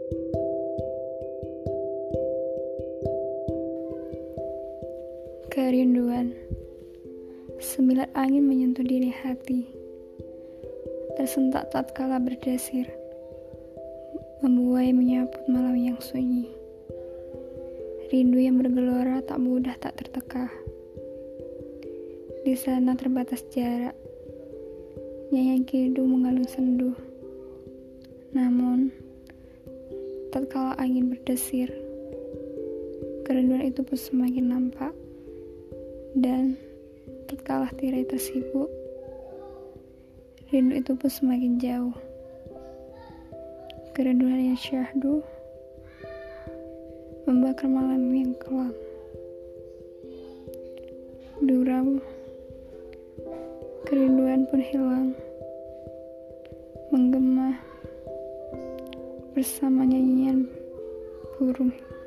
Kerinduan. Sembilan angin menyentuh diri hati, tersentak tatkala berdesir, membuai menyaput malam yang sunyi. Rindu yang bergelora tak mudah tak terteka. Di sana terbatas jarak, nyanyian kidung mengalun sendu. Namun, tatkala angin berdesir, kerinduan itu pun semakin nampak. Dan tatkala tirai tersibuk, rindu itu pun semakin jauh. Kerinduan yang syahdu membakar malam yang kelam. Duram, kerinduan pun hilang, menggema bersama nyanyian burung.